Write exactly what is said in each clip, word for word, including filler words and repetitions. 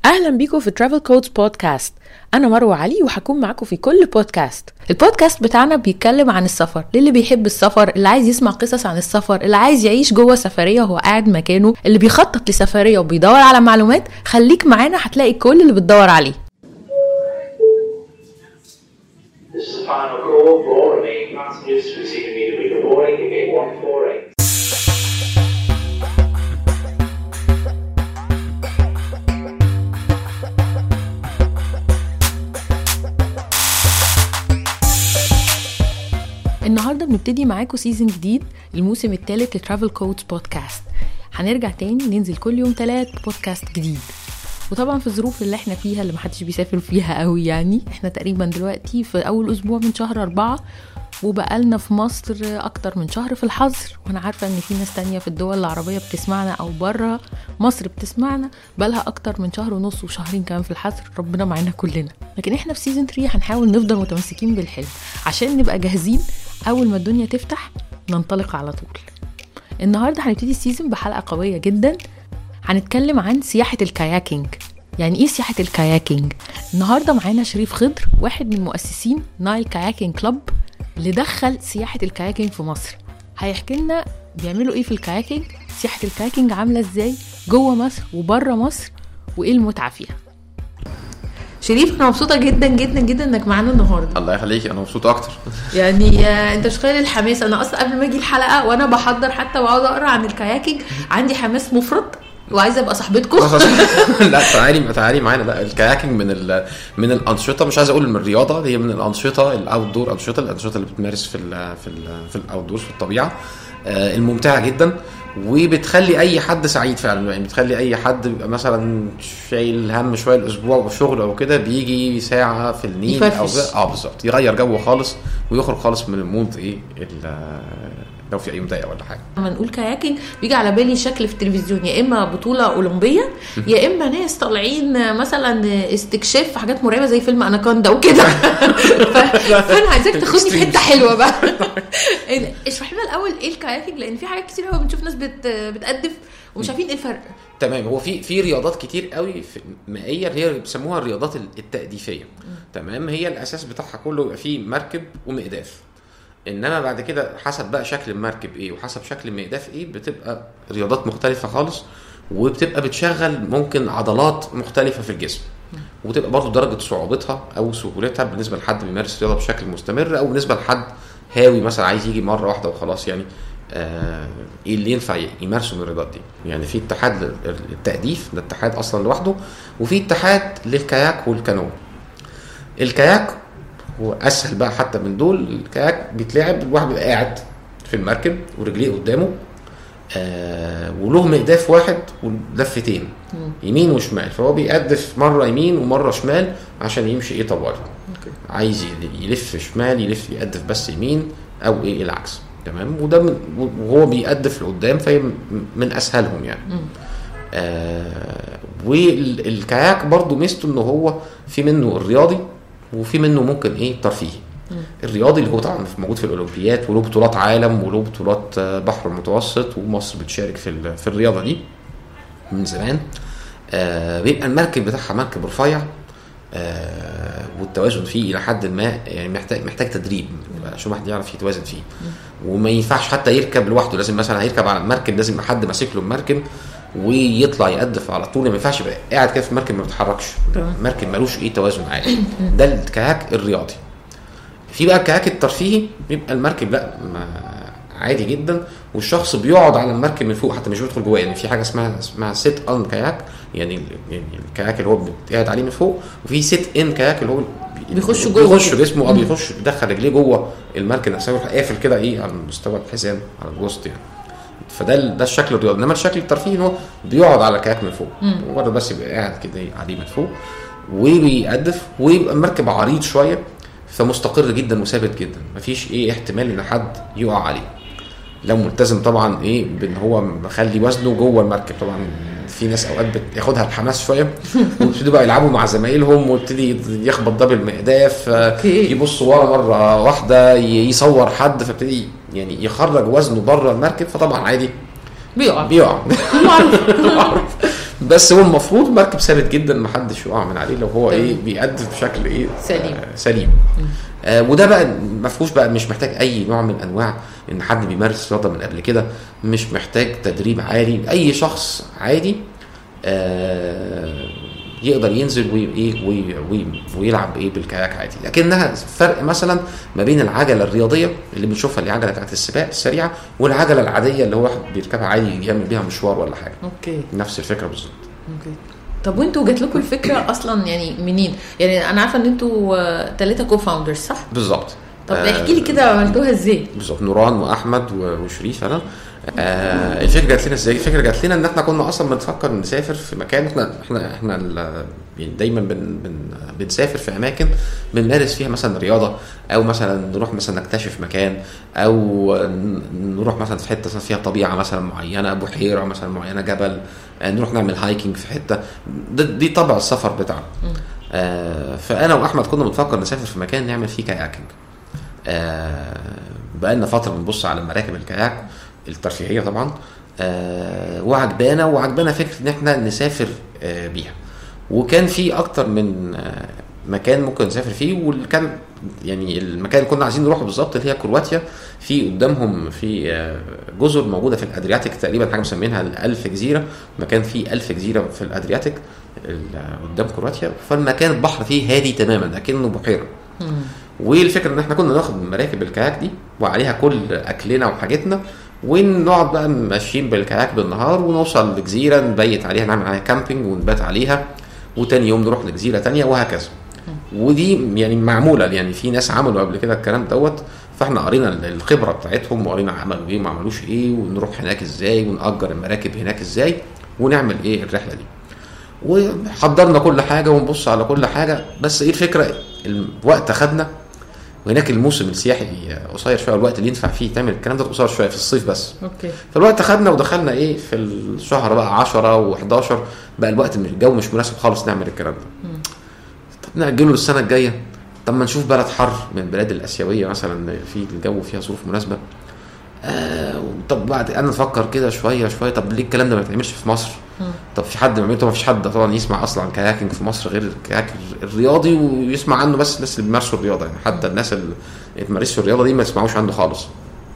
اهلا بيكم في ترافل كودز بودكاست. انا مروه علي وهكون معاكم في كل بودكاست. البودكاست بتاعنا بيتكلم عن السفر، للي بيحب السفر، اللي عايز يسمع قصص عن السفر، اللي عايز يعيش جوه سفريه وهو قاعد مكانه، اللي بيخطط لسفريه وبيدور على معلومات. خليك معانا هتلاقي كل اللي بتدور عليه. النهاردة بنبتدي معاكم سيزن جديد، الموسم الثالث لترافل كودز بودكاست. هنرجع تاني ننزل كل يوم ثلاث بودكاست جديد، وطبعا في الظروف اللي احنا فيها اللي محدش بيسافر فيها قوي، يعني احنا تقريبا دلوقتي في اول اسبوع من شهر اربعة، وبقالنا في مصر اكتر من شهر في الحظر. وانا عارفة ان في ناس تانية في الدول العربية بتسمعنا او برا مصر بتسمعنا بقالها اكتر من شهر ونص وشهرين كمان في الحظر. ربنا معنا كلنا. لكن احنا في سيزن ثلاثة هنحاول نفضل متمسكين بالحلم عشان نبقى جاهزين اول ما الدنيا تفتح ننطلق على طول. النهاردة هنبتدي السيزن بحلقة قوية جدا. هنتكلم عن سياحة الكاياكينج. يعني ايه سياحة الكاياكينج؟ النهاردة معانا شريف خضر، واحد من مؤسسين نايل كاياكينج كلوب اللي دخل سياحة الكاياكينج في مصر. هيحكي لنا بيعملوا ايه في الكاياكينج، سياحة الكاياكينج عاملة ازاي جوه مصر وبره مصر، وايه المتعة فيها. شريف، انا مبسوطه جدا جدا جدا انك معانا النهارده. الله يخليك، انا مبسوط اكتر. يعني انت مش تخيل الحماس. انا اصلا قبل ما اجي الحلقه وانا بحضر حتى واقعد اقرا عن الكاياكينج عندي حماس مفرط وعايزه ابقى صاحبتكم. لا تعالي تعالي معانا بقى. الكاياكينج من من الانشطه، مش عايز اقول من الرياضه، هي من الانشطه الاوت دور، انشطه الانشطه اللي بتمارس في ال في ال في الاوت دور في الطبيعه، الممتعه جدا، وبتخلي اي حد سعيد فعلا. يعني بتخلي اي حد بيبقى مثلا شايل هم شويه الاسبوع والشغل او كده، بيجي ساعه في النيل او اه بالظبط يغير جو خالص ويخرج خالص من المود ايه لو في اي مضايقه ولا حاجه. لما نقول كاياكينج بيجي على بالي شكل في التلفزيون، يا اما بطوله اولمبيه يا اما ناس طالعين مثلا استكشاف في حاجات مرعبه زي فيلم اناكوندا وكده. فانا عايزاك تاخدني في حته حلوه بقى. اشرح لنا الاول ايه الكاياكينج، لان في حاجات كتير قوي بنشوف ناس بتقدف ومش عارفين ايه الفرق. تمام. هو في في رياضات كتير قوي في مائيه اللي هي بيسموها الرياضات التأديفيه. تمام. هي الاساس بتاعها كله يبقى فيه مركب ومقداف، انما بعد كده حسب بقى شكل المركب ايه وحسب شكل المقداف ايه بتبقى رياضات مختلفه خالص، وبتبقى بتشغل ممكن عضلات مختلفه في الجسم، وبتبقى برضو درجه صعوبتها او سهولتها بالنسبه لحد بيمارس رياضه بشكل مستمر، او بالنسبه لحد هاوي مثلا عايز يجي مره واحده وخلاص. يعني آه ايه اللي ينفع يمارسوا من الرياضات دي. يعني في اتحاد التأديف، ده اتحاد اصلا لوحده، وفي اتحاد للكاياك والكانو. الكاياك هو اسهل بقى حتى من دول. الكاياك بيتلعب الواحد بيبقى قاعد في المركب ورجليه قدامه، آه وله مقداف واحد ولفتين يمين وشمال، فهو بيقدف مره يمين ومره شمال عشان يمشي ايه طوالي. عايز يلف شمال يلف يقدف بس يمين او ايه العكس. تمام. وده وهو بيقدف لقدام، فهي من اسهلهم يعني. آه والكاياك برضو ميزته انه هو في منه الرياضي وفي منه ممكن ايه ترفيهي. الرياضي اللي هو طبعا موجود في الاولمبيات وله بطولات عالم وله بطولات بحر المتوسط، ومصر بتشارك في في الرياضه دي من زمان. آه بيبقى المركب بتاعها مركب رفيع، آه والتوازن فيه الى حد ما يعني محتاج محتاج تدريب عشان واحد يعرف يتوازن فيه، وما ينفعش حتى يركب لوحده. لازم مثلا هيركب على المركب لازم حد ماسك له المركب ويطلع يقدف على طول. ما ينفعش يبقى قاعد كده في المركب ما بيتحركش، المركب مالوش ايه توازن عالي. ده الكاياك الرياضي. في بقى الكاياك الترفيهي، بيبقى المركب لا عادي جدا والشخص بيقعد على المركب من فوق حتى مش بيدخل جواه. يعني في حاجه اسمها اسمها سيت ان كاياك، يعني الكاياك اللي هو قاعد عليه من فوق، وفي سيت ان كاياك اللي هو بيخش جوه بيخش جسمه اه بيخش بيدخل رجليه جوه المركب نفسه قافل كده ايه على مستوى الحزام على الوسط يعني. فده ده الشكل الرياضي. انما الشكل الترفيهي ان هو بيقعد على الكاياك من فوق، مجرد بس يبقى قاعد كده عليه من فوق وبيقدف، ويبقى المركب عريض شويه فمستقر جدا وثابت جدا، مفيش ايه احتمال ان حد يقع عليه لو ملتزم طبعا ايه بان هو مخلي وزنه جوه المركب. طبعا في ناس اوقات بتاخدها الحماس شويه ويبتدوا بقى يلعبوا مع زمايلهم ويبتدي يخبط ده بالمقداف، يبص ورا مره واحده يصور حد فابتدي يعني يخرج وزنه بره المركب، فطبعا عادي بيقع بيقع معروف بس هو المفروض مركب ثابت جدا محدش يقع من عليه لو هو ايه بيأدي بشكل ايه سليم آه سليم. آه وده بقى مفهوش بقى، مش محتاج اي نوع من انواع ان حد بيمارس رياضه من قبل كده، مش محتاج تدريب عالي، اي شخص عادي آه يقدر ينزل وايه ويلعب ايه بالكاياك عادي. لكنها فرق مثلا ما بين العجله الرياضيه اللي بنشوفها اللي عجله بتاعت السباق السريعه والعجله العاديه اللي هو واحد بيركبها عادي يعمل بيها مشوار ولا حاجه. اوكي نفس الفكره بالظبط. اوكي طب وانتوا جات لكم الفكره اصلا يعني منين؟ يعني انا عارفه ان انتوا ثلاثه كو فاوندرز صح؟ بالظبط. طب احكي لي كده عملتوها ازاي؟ بالظبط. نوران واحمد وشريف انا آه الفكره جات لنا ازاي؟ الفكره جات لنا ان احنا كنا اصلا بنفكر نسافر في مكان، احنا احنا احنا يعني دايما بن بن بنسافر في اماكن بنمارس فيها مثلا رياضه، او مثلا نروح مثلا نكتشف مكان، او نروح مثلا في حته فيها طبيعه مثلا معينه، بحيره مثلا معينه، جبل، نروح نعمل هايكنج في حته. دي طبع السفر بتاعنا. آه فانا واحمد كنا بنفكر نسافر في مكان نعمل فيه كاياكينج. آه بقالنا فتره بنبص على مراكب الكاياك الترفيهيه طبعا، آه وعجبانا وعجبانا فكره ان احنا نسافر آه بيها. وكان في اكتر من آه مكان ممكن نسافر فيه، وكان يعني المكان اللي كنا عايزين نروحه بالظبط اللي هي كرواتيا. في قدامهم في آه جزر موجوده في الادرياتيك تقريبا، حاجه مسمينها الألف جزيره، مكان فيه ألف جزيره في الادرياتيك قدام كرواتيا. فالمكان البحر فيه هادي تماما لكنه بحيره. والفكره ان احنا كنا ناخد مراكب الكاياك دي وعليها كل اكلنا وحاجتنا، ونقعد بقى ماشيين بالكاياك بالنهار، ونوصل لجزيره نبيت عليها، نعمل عليها كامبينج ونبات عليها، وتاني يوم نروح لجزيره تانية وهكذا. ودي يعني معموله، يعني في ناس عملوا قبل كده الكلام دوت، فاحنا قرينا الخبره بتاعتهم وقرينا عملوا ايه وما عملوش ايه، ونروح هناك ازاي، ونأجر المراكب هناك ازاي، ونعمل ايه الرحله دي. وحضرنا كل حاجه ونبص على كل حاجه. بس ايه الفكره، الوقت خدنا، وهناك الموسم السياحي قصير شويه، الوقت اللي ينفع فيه تعمل الكلام ده قصير شويه في الصيف بس. اوكي. فالوقت خدنا ودخلنا ايه في الشهر بقى عشرة وحداشر، بقى الوقت الجو مش مناسب خالص نعمل الكلام ده. م. طب نأجله للسنه الجايه، طب ما نشوف بلد حر من البلاد الاسيويه مثلا في الجو فيها ظروف مناسبه. آه طب بعد انا نفكر كده شويه شويه، طب ليه الكلام ده ما يتعملش في مصر؟ م. طب في حد بيعمله؟ ما فيش حد طبعا يسمع اصلا عن كاياكينج في مصر غير الكاياك الرياضي، ويسمع عنه بس الناس اللي بيمارسوا الرياضه، يعني حتى الناس اللي بيمارسوا الرياضه دي ما يسمعوش عنه خالص.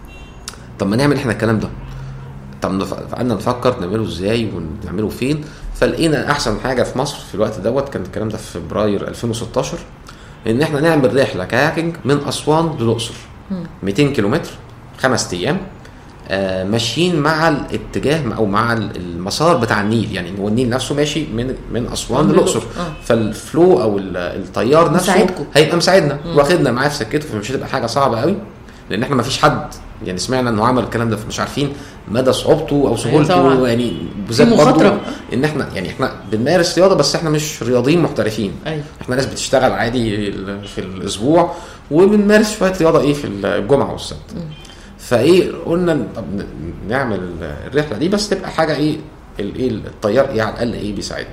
طب ما نعمل احنا الكلام ده. طب فقعدنا نفكر نعمله ازاي ونعمله فين. فلقينا احسن حاجه في مصر في الوقت دوت، كان الكلام ده في فبراير ألفين وستاشر، ان احنا نعمل رحله كاياكينج من اسوان للاقصر مئتين كيلومتر خمس ايام، آه ماشيين مع الاتجاه او مع المسار بتاع النيل. يعني هو النيل نفسه ماشي من من اسوان للاقصر، آه. فالفلو او التيار نفسه مساعدكم. هيبقى مساعدنا واخدنا معاه في سكته، فمش هتبقى حاجه صعبه قوي، لان احنا ما فيش حد يعني سمعنا انه عمل الكلام ده، فمش عارفين مدى صعوبته او سهولته. يعني بالذات برضه ان احنا يعني احنا بنمارس رياضه بس احنا مش رياضيين محترفين. أيوة. احنا ناس بتشتغل عادي في الاسبوع وبنمارس شويه رياضه ايه في الجمعه والسبت. فايه قلنا طب نعمل الرحله دي بس تبقى حاجه ايه الايه الطيار ايه على الاقل ايه بيساعدنا.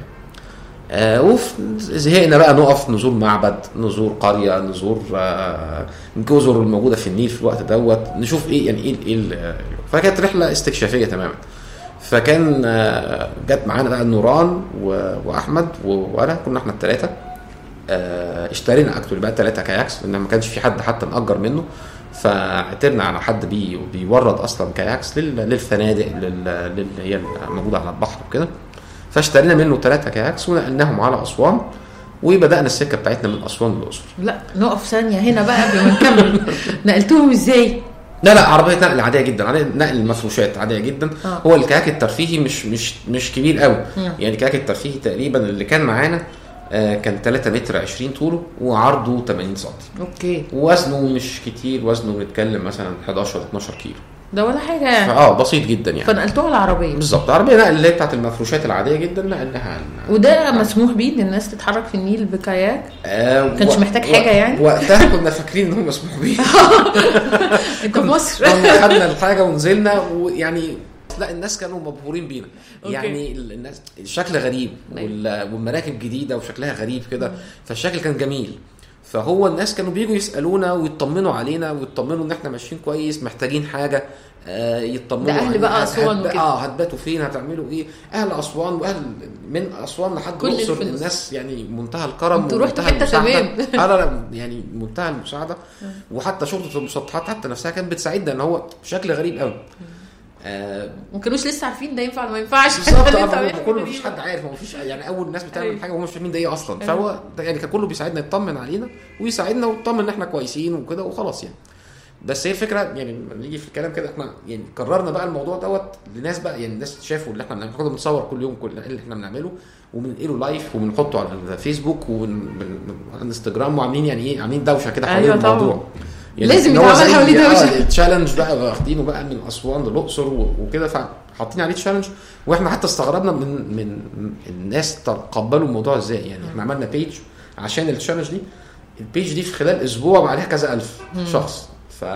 آه وف زهقنا بقى نقف نزور معبد، نزور قريه، نزور آه الجزر الموجوده في النيل في الوقت دوت، نشوف ايه يعني ايه ايه. فكانت رحله استكشافيه تماما. فكان آه جت معانا بقى نوران واحمد وانا، كنا احنا الثلاثه. آه اشترينا اكتر بقى ثلاثه كاياكس لان ما كانش في حد حتى نأجر منه، فاعترنا على حد بي بيورد اصلا كاياكس للفنادق اللي هي موجوده على البحر وكده. فاشترينا منه ثلاثه كاياكس ونقلناهم على اسوان، وبدانا السكه بتاعتنا من اسوان للاقصر. لا نقف ثانيه هنا بقى قبل ما نكمل. نقلتوهم ازاي؟ لا لا عربيه نقل عاديه جدا، عادية نقل مفروشات عاديه جدا. آه. هو الكاياك الترفيهي مش مش مش كبير قوي. م. يعني الكاياك الترفيهي تقريبا اللي كان معانا آه كان ثلاثة متر عشرين طوله وعرضه ثمانين سم. اوكي. ووزنه مش كتير، وزنه بيتكلم مثلا حداشر اتناشر كيلو، ده ولا حاجه يعني. اه بسيط جدا يعني. فنقلتوها العربيه بالظبط، العربيه نقل اللي بتاعت المفروشات العاديه جدا نقلناها. وده مسموح بيه ان الناس تتحرك في النيل بكاياك؟ آه كانش محتاج حاجه يعني. وقتها كنا فاكرين ان هو مسموح بيه. انت في مصر. كنا خدنا الحاجه ونزلنا، ويعني لا الناس كانوا مبهورين بينا. يعني الناس الشكل غريب والمراكب جديده وشكلها غريب كده، فالشكل كان جميل. فهو الناس كانوا بيجوا يسالونا ويطمنوا علينا ويطمنوا ان احنا ماشيين كويس، محتاجين حاجه آه يطمنوا ده اهل بقى اسوان وكده، اه هتباتوا فين، هتعملوا ايه. اهل اسوان واهل من اسوان لحد الاقصر الناس يعني منتهى الكرم انتوا رحتوا حته تمام. اه لا يعني منتهى المساعده. وحتى شرطه المسطحات حتى نفسها كانت بتساعدنا ان هو بشكل غريب قوي. آه ما كانوش لسه عارفين ده ينفع ولا ما ينفعش بالظبط. كله مفيش حد عارف، مفيش يعني اول الناس بتعمل أيوه. حاجه وهم مش فاهمين ده ايه اصلا. أيوه. فهو يعني كان كله بيساعدنا يطمن علينا ويساعدنا ويطمن ان احنا كويسين وكده وخلاص يعني. بس هي الفكره يعني لما نيجي في الكلام كده احنا يعني قررنا بقى الموضوع دوت لناس بقى يعني الناس شافوا اللي احنا بنعمله. كنا بنصور كل يوم كل اللي احنا بنعمله وبننقله لايف وبنحطه على الفيسبوك وعلى الانستجرام وعاملين يعني ايه عاملين دوشه كده حوالين أيوة الموضوع يعني لازم يتعمل حوالين دوشه. تشالنج بقى واخدينه بقى من اسوان للاقصر وكده فحاطين عليه تشالنج. واحنا حتى استغربنا من من الناس تقبلوا الموضوع ازاي يعني. احنا عملنا بيج عشان التشالنج دي. البيج دي في خلال اسبوع بقى عليها كذا الف شخص.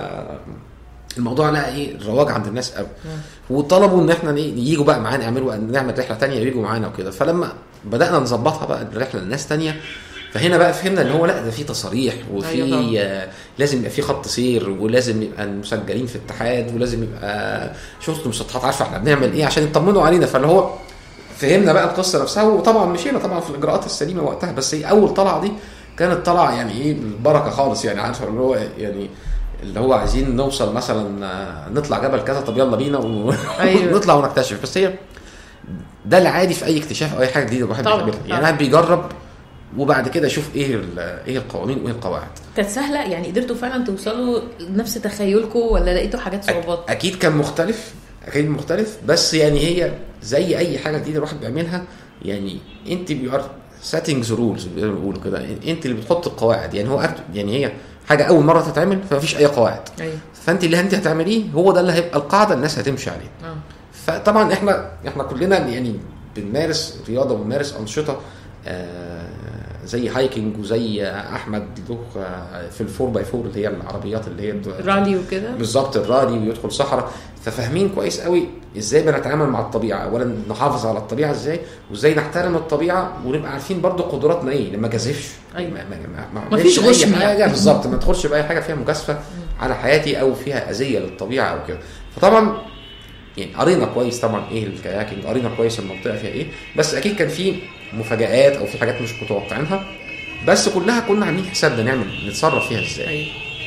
فالموضوع لقى ايه الرواج عند الناس قوي وطلبوا ان احنا ييجوا بقى معانا يعملوا نعمل رحله تانية ييجوا معانا وكده. فلما بدانا نظبطها بقى الرحله للناس تانية فهنا بقى فهمنا ان هو لا ده في تصاريح وفي أيوة لازم يبقى في خط سير ولازم يبقى المسجلين في اتحاد ولازم يبقى شرطه المسطحات عارفه احنا بنعمل ايه عشان يطمنوا علينا. فاللي هو فهمنا بقى القصه نفسها وطبعا مشينا طبعا في الاجراءات السليمه وقتها. بس هي اول طلعه دي كانت طلعه يعني ايه البركه خالص يعني عارفه اللي هو يعني اللي هو عايزين نوصل مثلا نطلع جبل كذا طب يلا بينا و... أيوة. ونطلع ونكتشف. بس هي ده العادي في اي اكتشاف او اي حاجه جديده الواحد بيعملها يعني واحد بيجرب وبعد كده يشوف ايه ايه القوانين وايه القواعد. كانت سهله يعني قدرتوا فعلا توصلوا لنفس تخيلكم ولا لقيتوا حاجات صعوبات؟ اكيد كان مختلف اكيد مختلف بس يعني هي زي اي حاجه جديده الواحد بيعملها يعني انت بيعرف سيتنجز رولز بيقولوا كده انت اللي بتحط القواعد يعني هو يعني هي حاجه اول مره تتعمل فمفيش اي قواعد. أيوة. فانت اللي انت هتعمليه هو ده اللي هيبقى القاعده الناس هتمشي عليه. أه. فطبعا احنا احنا كلنا يعني بنمارس رياضه وبنمارس انشطه آه زي هايكنج وزي احمد له في الفور باي فور اللي هي العربيات اللي هي الرالي وكده بالظبط الرالي ويدخل صحراء. ففاهمين كويس قوي ازاي بنتعامل مع الطبيعه. اولا نحافظ على الطبيعه ازاي وازاي نحترم الطبيعه ونبقى عارفين برضو قدراتنا ايه لما جازفش. أيوة. ما, ما, ما, ما فيش غش حاجه بالظبط ما تدخلش باي حاجه فيها مجازفه على حياتي او فيها اذيه للطبيعه او كده. فطبعا يعني قرينا كويس طبعا ايه الكاياكينج قرينا كويس المنطقه فيها ايه. بس اكيد كان في مفاجآت او في حاجات مش متوقعينها بس كلها كنا عاملين حسابنا نعمل نتصرف فيها ازاي. أيوة.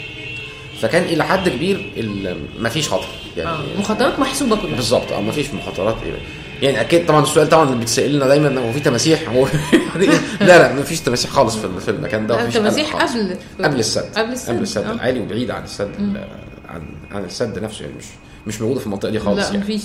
فكان الى حد كبير مفيش خطر يعني آه. مخاطرات محسوبه كلها بالظبط. اه مفيش مخاطرات يعني اكيد طبعا. السؤال طبعا اللي بيتسالنا دايما هو في تماسيح هو لا لا مفيش تماسيح خالص في في المكان ده. مفيش تماسيح قبل قبل السد قبل السد, قبل السد. آه. العالي وبعيد عن السد عن عن السد نفسه يعني مش مش موجوده في المنطقه دي خالص لا يعني. مفيش.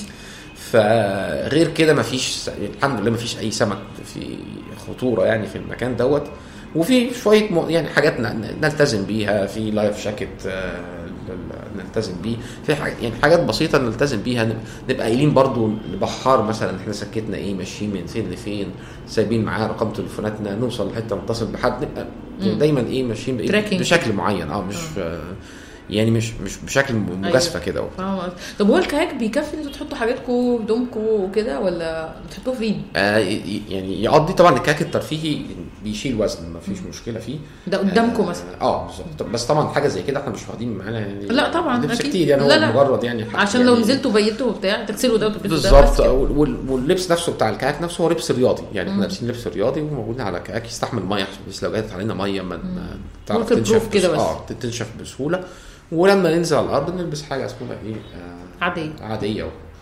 فغير كده مفيش الحمد لله مفيش اي سمك في خطوره يعني في المكان دوت. وفي شويه يعني حاجات نلتزم بيها في لايف جاكيت نلتزم بيه في حاجات يعني حاجات بسيطه نلتزم بيها. نبقى قايلين برضو لبحار مثلا احنا سكتنا ايه ماشيين من فين لفين سايبين معاه رقم تليفوناتنا نوصل لحته نتصل بحد نبقى يعني دايما ايه ماشيين بشكل معين اه مش آه. يعني مش مش بشكل مجازفه. أيوة. كده. طب هو الكاياك بيكفي ان انتوا تحطوا حاجاتكم هدومكم وكده ولا بتحطوه فين؟ آه يعني يقضي طبعا الكاياك الترفيهي بيشيل وزن ما فيش مشكله فيه. ده قدامكم آه مثلا اه بالظبط. بس طبعا حاجه زي كده احنا مش واخدين معانا يعني لا طبعا لبس كتير يعني. لا لا. هو مجرد يعني عشان يعني لو نزلتوا بيتوا وبتاع تغسلوا ده وتلبسوا ده بالظبط. واللبس نفسه بتاع الكاياك نفسه هو لبس رياضي يعني احنا لابسين لبس رياضي وموجودين على كاياك يستحمل ميه بس لو جت علينا ميه ما تعرف تنشف كده بس اه تنشف بسهوله. ولما ننزل على الارض نلبس حاجه اسمها ايه آه عاديه عاديه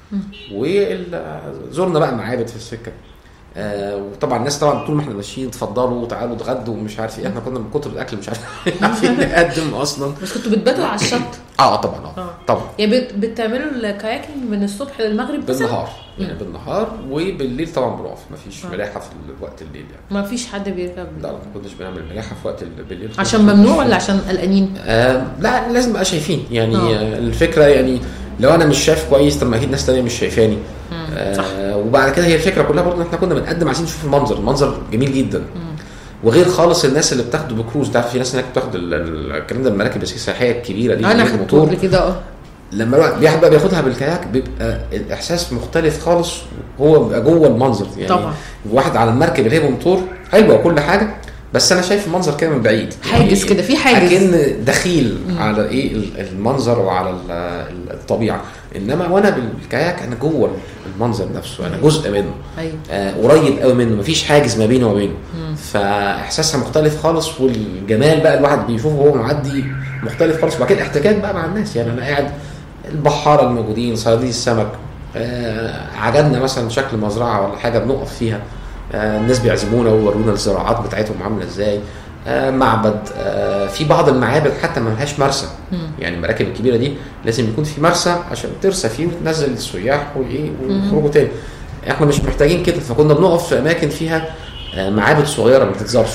وزورنا بقى معابد في السكه آه وطبعا الناس طبعا طول ما احنا ماشيين اتفضلوا وتعالوا اتغدوا ومش عارف ايه. احنا كنا من كتر الاكل مش عارفين نقدم اصلا. بس كنتوا بتباتوا على الشط؟ اه طبعا اه, آه. طبعا يعني بتعملوا الكاياكينج من الصبح للمغرب بس بالنهار يعني مم. بالنهار وبالليل طبعا بنقف مفيش آه. ملاحه في وقت الليل يعني مفيش حد بيركب. لا ما كناش بنعمل ملاحه في وقت بالليل عشان ممنوع ولا عشان قلقانين؟ آه لا لازم بقى شايفين يعني آه. الفكره يعني لو انا مش شايف كويس طب ما اكيد ناس تانية مش شايفاني. آه وبعد كده هي الفكره كلها برضه احنا كنا بنقدم عايزين نشوف المنظر. المنظر جميل جدا. مم. وغير خالص الناس اللي بتاخده بكروز ده في ناس هناك بتاخد الكلام ده المراكب السياحيه الكبيره دي انا خدته كده اه لما الواحد بيحب بياخدها بالكاياك بيبقى الاحساس مختلف خالص. هو بيبقى جوه المنظر يعني طبعا. واحد على المركب اللي هي بموتور حلوه وكل حاجه بس انا شايف المنظر كده من بعيد، حاجز كده في حاجز كأن دخيل مم. على ايه المنظر وعلى الطبيعه، انما وانا بالكاياك انا جوه المنظر نفسه، انا جزء منه. أيوة. آه قريب قوي منه، مفيش حاجز ما بينه وما بينه، فاحساسها مختلف خالص، والجمال بقى الواحد بيشوفه وهو معدي مختلف خالص. وبعد كده احتكاك بقى مع الناس، يعني انا قاعد البحاره الموجودين، صيادين السمك، آه عجبنا مثلا شكل مزرعه ولا حاجه بنقف فيها، آه الناس بيعزمونا ويورونا الزراعات بتاعتهم عامله ازاي، آه معبد، آه في بعض المعابد حتى ما لهاش مرسى، يعني المراكب الكبيره دي لازم يكون في مرسى عشان ترسى فيه وتنزل السياح وايه ويخرجوا تاني. احنا مش محتاجين كده، فكنا بنقف في اماكن فيها آه معابد صغيره ما بتتزرش.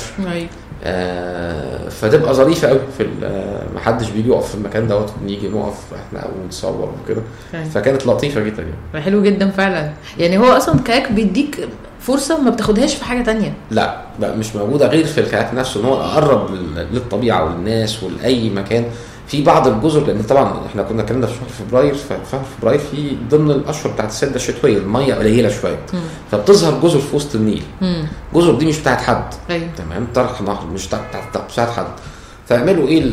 آه فتبقى ظريفه قوي في ما حدش بيجي يقف في المكان دوت، نيجي نقف احنا ونصور وكده، فكانت لطيفه جدا يعني. حلو جدا فعلا. يعني هو اصلا الكاياك بيديك فرصه ما بتاخدهاش في حاجه تانية. لا لا مش موجوده غير في الكاياك نفسه، ان هو اقرب للطبيعه والناس ولاي مكان. في بعض الجزر، لان طبعا احنا كنا اتكلمنا في شهر فبراير، فشهر فبراير في ضمن الاشهر بتاعت السده الشتويه، الميه قليله شويه، فبتظهر جزر في وسط النيل. الجزر دي مش بتاعت حد. أيوة. تمام، طرح نهر مش بتاعت بتاعت حد. فيعملوا ايه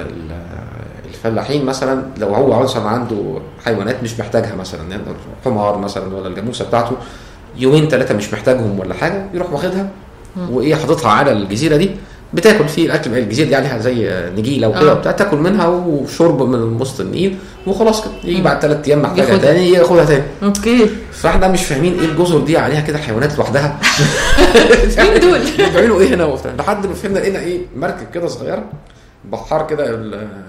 الفلاحين مثلا لو هو مثلا عنده حيوانات مش محتاجها، مثلا يعني حمار مثلا ولا الجاموسه بتاعته يومين ثلاثه مش محتاجهم ولا حاجه، يروح واخدها وايه حاططها على الجزيره دي، بتاكل فيه الاكل. الجزيره دي عليها زي نجيله وكده وبتاع، تاكل منها وشرب من وسط النيل وخلاص كده. يجي بعد ثلاث ايام محتاجها تاني ياخدها تاني. اوكي. فاحنا مش فاهمين ايه الجزر دي عليها كده حيوانات لوحدها، مين دول بيعملوا ايه هنا وبتاع، لحد ما فهمنا لقينا ايه مركب كده صغيره، بحار كده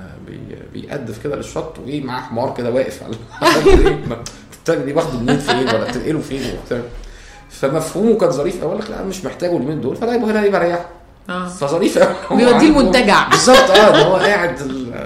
بيقدف كده للشط، وايه معاه حمار كده واقف على دي باخده منين فين ولا بتنقله فين وبتاع. فمفهومه كان ظريف قوي، لك لا مش محتاجه اليومين دول، فجايبه هنا يبقى ريحه. اه فظريف قوي، بيوديه المنتجع بالظبط. اه هو قاعد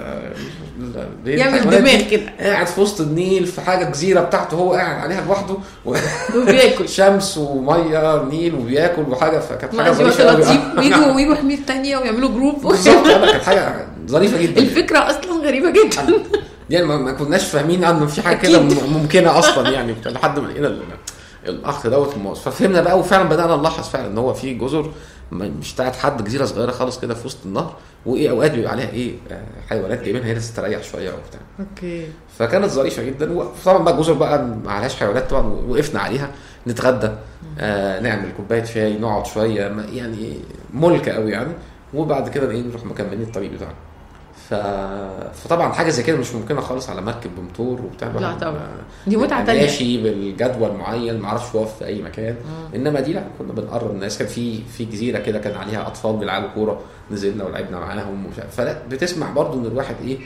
يعمل دماغ كده، قاعد في وسط النيل في حاجه جزيره بتاعته هو قاعد عليها لوحده وبياكل شمس وميه نيل وبياكل وحاجه. فكانت حاجه ظريفه قوي. ويجوا ويجوا حمير ثانيه ويعملوا جروب بالظبط. كانت حاجه ظريفه جدا. الفكره اصلا غريبه جدا يعني ما كناش فاهمين انه في حاجه كده ممكنه اصلا يعني، لحد ما لقينا الاخ دوت الموظف، ففهمنا بقى وفعلا بدانا نلاحظ فعلا ان هو في جزر مش بتاعت حد، جزيره صغيره خالص كده في وسط النهر، وايه اوقات بيبقى عليها ايه حيوانات جايبينها هنا تستريح شويه وبتاع. اوكي. فكانت ظريفه جدا. وطبعا بقى الجزر بقى ما عليهاش حيوانات طبعا، وقفنا عليها نتغدى، آه نعمل كوبايه شاي، نقعد شويه، يعني ملك قوي يعني. وبعد كده ايه نروح مكملين الطريق بتاعنا. ف... فطبعا حاجه زي كده مش ممكنه خالص على مركب بموتور وبتاع. لا طبعا دي متعه ثانيه، ماشي بالجدول معين ما اعرفش اقف في اي مكان. مم. انما دي لا، كنا بنقرب الناس. كان في في جزيره كده كان عليها اطفال بيلعبوا كوره، نزلنا ولعبنا معاهم. فلا بتسمع برضو ان الواحد ايه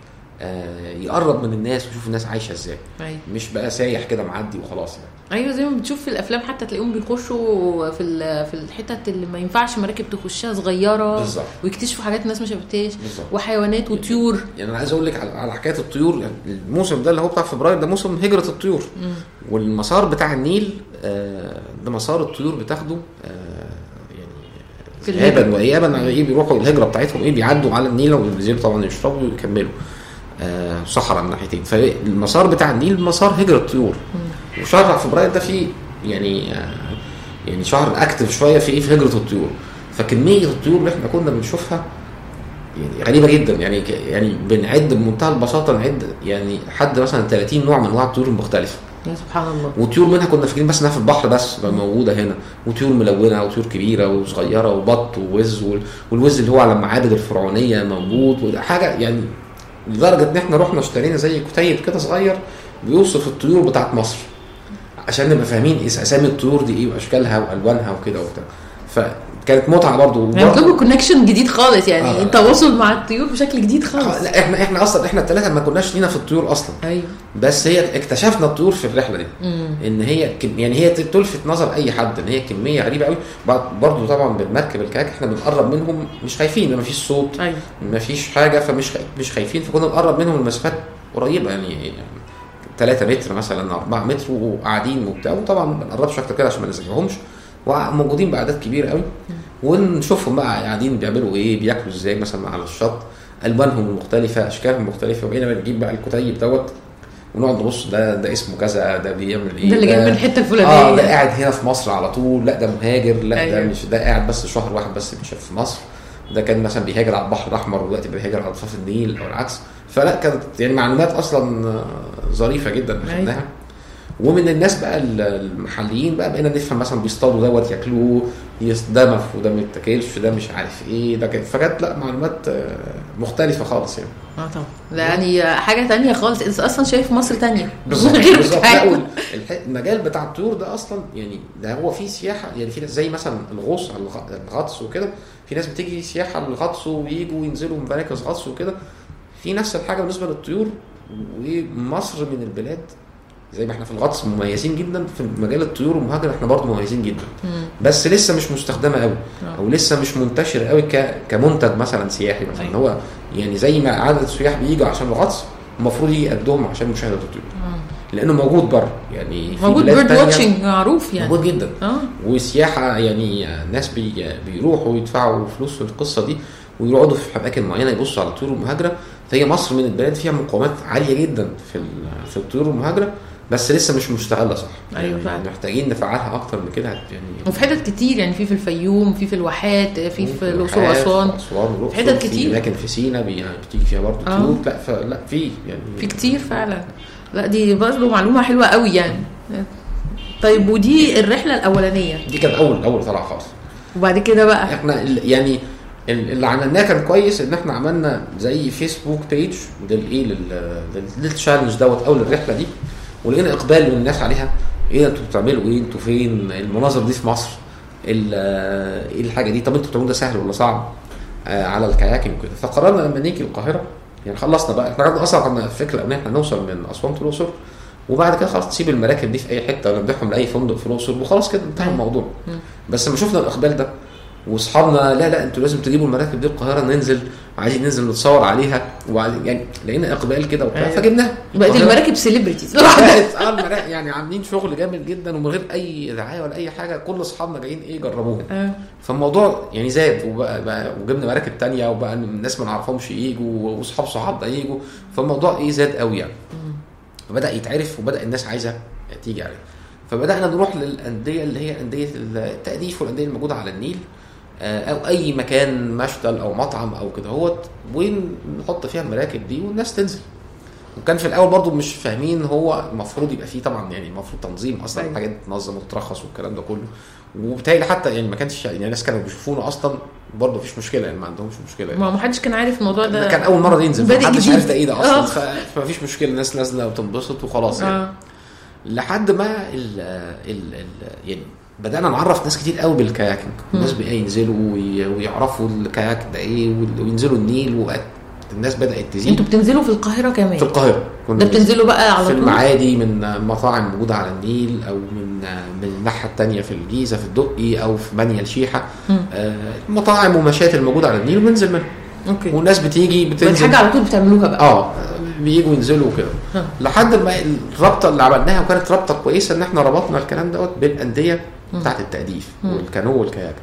آه يقرب من الناس ويشوف الناس عايشه ازاي. أيوة. مش بقى سايح كده معدي وخلاص يعني. ايوه زي ما بتشوف في الافلام، حتى تلاقيهم بيخشوا في في الحتت اللي ما ينفعش مراكب تخشها صغيره بالزبط. ويكتشفوا حاجات الناس ما شافتهاش، وحيوانات وطيور. يعني انا عايز اقول لك على حكايه الطيور. يعني الموسم ده اللي هو بتاع فبراير ده موسم هجره الطيور. م. والمسار بتاع النيل آه ده مسار الطيور بتاخده آه يعني ذهابا وايابا. ايه بيروحوا الهجره بتاعتهم ايه بيعدوا على النيل وبينزلوا طبعا يشربوا ويكملوا آه صحراء من ناحيتين. فالمسار بتاع النيل مسار هجره الطيور. وشهر فبراير ده فيه يعني آه يعني شهر اكتف شويه في ايه في هجره الطيور. فكميه الطيور اللي احنا كنا بنشوفها يعني غريبه جدا. يعني يعني بنعد بمنتهى البساطه، نعد يعني حد مثلا ثلاثين نوع من انواع الطيور المختلفه. يا سبحان الله. وطيور منها كنا فاكرين بس انها في البحر بس موجوده هنا، وطيور ملونه وطيور كبيره وصغيره وبط ووز، والوز اللي هو على المعابد الفرعونيه موجود. حاجه يعني لدرجه ان احنا رحنا اشترينا زي كتيب كده صغير بيوصف الطيور بتاعت مصر عشان نبقى فاهمين ايه اسامي الطيور دي ايه واشكالها والوانها وكده وبتاع. فكانت متعه برضو. يعني بتبقى كونكشن جديد خالص يعني. آه. التواصل مع الطيور بشكل جديد خالص. آه لا احنا احنا اصلا احنا الثلاثه ما كناش لينا في الطيور اصلا. ايوه. بس هي اكتشفنا الطيور في الرحله دي. مم. ان هي يعني هي تلفت نظر اي حد ان هي كميه غريبه قوي. برضو طبعا بالمركب الكاك احنا بنقرب منهم مش خايفين، ما فيش صوت. أيوة. ما فيش حاجه، فمش مش خايفين. فكنا نقرب منهم المسافات قريبه يعني ثلاثة متر مثلا أربعة متر وقاعدين وبتاع. وطبعا ما نقربش اكتر كده عشان ما نزعجهمش، وموجودين باعداد كبيره قوي. ونشوفهم بقى قاعدين بيعملوا ايه، بياكلوا ازاي مثلا على الشط، الوانهم المختلفه، اشكالهم مختلفه. وبقينا بنجيب بقى الكتيب دوت ونقعد نبص ده ده اسمه كذا، ده بيعمل ايه، ده اللي جاي من الحته الفلانيه، اه ده قاعد هنا في مصر على طول، لا ده مهاجر، لا أيوة. ده مش ده قاعد بس شهر واحد بس مش في مصر، ده كان مثلا بيهاجر على البحر الاحمر ودلوقتي بيهاجر على ضفاف النيل او العكس. فلا كانت يعني معلومات اصلا ظريفه جدا خدناها. أيوة. ومن الناس بقى المحليين بقى بقينا نفهم مثلا بيصطادوا دوت ياكلوه، ده مف وده ما يتاكلش، ده مش عارف ايه ده كده. فكانت لا معلومات مختلفه خالص يعني. اه طبعا، يعني حاجه تانية خالص. انت اصلا شايف مصر تانية بالظبط. بالظبط. المجال بتاع الطيور ده اصلا يعني ده هو فيه سياحه، يعني في زي مثلا الغوص الغطس وكده، في ناس بتيجي سياحه للغطس وييجوا وينزلوا من مراكز غطس وكده. في نفس الحاجه بالنسبه للطيور، ومصر من البلاد زي ما احنا في الغطس مميزين جدا، في مجال الطيور والمهاجر احنا برضو مميزين جدا. مم. بس لسه مش مستخدمه قوي او لسه مش منتشر قوي كمنتج مثلا سياحي مثلا. أيوة. هو يعني زي ما عدد السياح بييجوا عشان الغطس، المفروض يجي قدهم عشان مشاهده الطيور. مم. لانه موجود بره يعني، موجود بيرد واتشنج معروف يعني، موجود جدا. آه. وسياحه يعني ناس بي بيروحوا ويدفعوا فلوس في القصه دي ويقعدوا في اماكن معينه يبصوا على الطيور المهاجره. فهي مصر من البلاد فيها مقاومات عاليه جدا في في الطيور المهاجره، بس لسه مش مشتغله صح. ايوه فعلا، يعني محتاجين نفعلها اكتر من كده يعني. وفي حتت كتير يعني، في في الفيوم، في في الواحات، في في الاقصر واسوان، في حتت كتير، لكن في سينا بتيجي فيها برضه طيور. لا فلا في يعني في كتير فعلا. لا دي برضه معلومه حلوه قوي يعني. طيب ودي الرحله الاولانيه دي كانت اول اول طلعه خالص. وبعد كده بقى احنا يعني اللي عملناه كان كويس، ان احنا عملنا زي فيسبوك بيج للايه للتشالنج دوت او للرحله دي، ولقينا اقبال من الناس عليها. ايه انتوا بتعملوا ايه، انتوا فين، المناظر دي في مصر، ايه الحاجه دي، طب انتوا بتعملوا ده سهل ولا صعب آه على الكاياكينج وكده. فقررنا لما نيجي القاهره يعني خلصنا بقى، احنا اصلا كنا الفكره ان احنا نوصل من اسوان للاقصر، وبعد كده خلاص تسيب المراكب دي في اي حته ونبيعهم لاي فندق في الاقصر وخلاص كده انتهى الموضوع. بس لما شفنا الاقبال ده واصحابنا لا لا انتوا لازم تجيبوا المراكب دي القاهره ننزل، عايزين ننزل نتصور عليها، يعني لقينا اقبال كده وبتاع فجبناها. بقت المراكب سيلبرتيز اه يعني عاملين شغل جامد جدا ومن غير اي دعايه ولا اي حاجه، كل اصحابنا جايين ايه جربوها. فالموضوع يعني زاد وبقى بقى وجبنا مراكب تانية وبقى الناس ما نعرفهمش ييجوا واصحاب صحابنا ييجوا، فالموضوع ايه زاد قوي يعني. فبدا يتعرف وبدا الناس عايزه تيجي عليه. فبدانا نروح للانديه اللي هي انديه التأديف والانديه الموجوده على النيل او اي مكان مشتل او مطعم او كده هوت، ونحط فيها المراكب دي والناس تنزل. وكان في الاول برضو مش فاهمين هو المفروض يبقى فيه طبعا يعني المفروض تنظيم اصلا أيوة. حاجات تنظم وترخص والكلام ده كله. وبالتالي حتى يعني ما كانش يعني الناس كانوا بيشوفونا اصلا برضو مفيش مشكله يعني، ما عندهمش مشكله يعني. ما حدش كان عارف الموضوع ده, ده كان اول مره ينزل، ما حدش عارف ده ايه ده اصلا. فما فيش مشكله، الناس نازله وتنبسط وخلاص يعني. آه. لحد ما ال ال يعني بدأنا نعرف ناس كتير قوي بالكاياكينج، الناس بقى ينزلوا ويعرفوا الكاياك ده ايه وينزلوا النيل، والناس بدأت تزيد. انتوا بتنزلوا في القاهرة كمان؟ في القاهرة ده بتنزلوا بقى على طول في المعادي من مطاعم موجودة على النيل، او من من الناحية التانية في الجيزة في الدقي او في بني الشيحة، آه مطاعم ومشاتل موجودة على النيل وبننزل منها. اوكي. والناس بتيجي بتنزل حاجة على طول بتعملوها بقى؟ اه بييجوا ينزلوا كده لحد ما الرابطه اللي عملناها وكانت رابطه كويسه، ان احنا ربطنا الكلام دوت بالانديه بتاعه التأديف والكانو والكاياك.